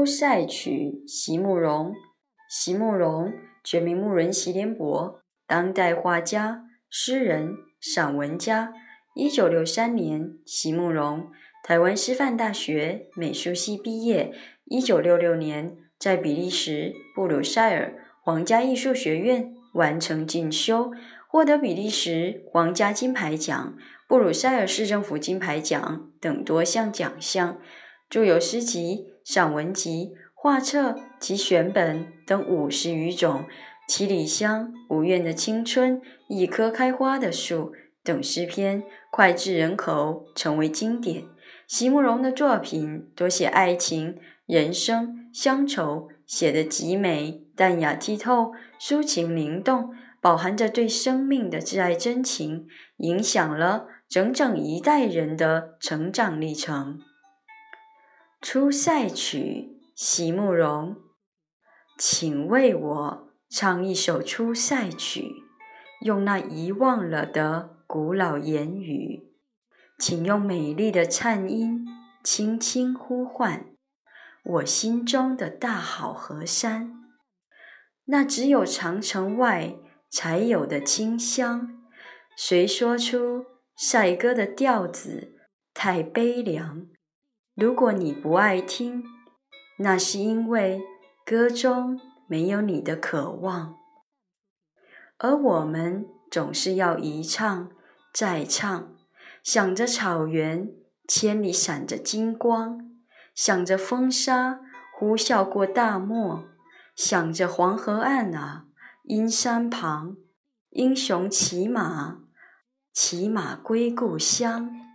塞曲》席慕容。席慕容，全名慕人席联博，当代画家、诗人、散文家。1963年，席慕容台湾师范大学美术系毕业。1966年，在比利时布鲁塞尔皇家艺术学院完成进修，获得比利时皇家金牌奖、布鲁塞尔市政府金牌奖等多项奖项。著有诗集、散文集、画册及选本等50余种，七里香、无怨的青春、一棵开花的树等诗篇脍炙人口，成为经典。席慕容的作品多写爱情、人生、乡愁，写得极美，淡雅剔透，抒情灵动，饱含着对生命的挚爱真情，影响了整整一代人的成长历程。出塞曲，席慕容。请为我唱一首出塞曲，用那遗忘了的古老言语，请用美丽的颤音轻轻呼唤我心中的大好河山，那只有长城外才有的清香。谁说出塞歌的调子太悲凉？如果你不爱听，那是因为歌中没有你的渴望。而我们总是要一唱再唱，想着草原千里闪着金光，想着风沙呼啸过大漠，想着黄河岸啊，阴山旁，英雄骑马，骑马归故乡。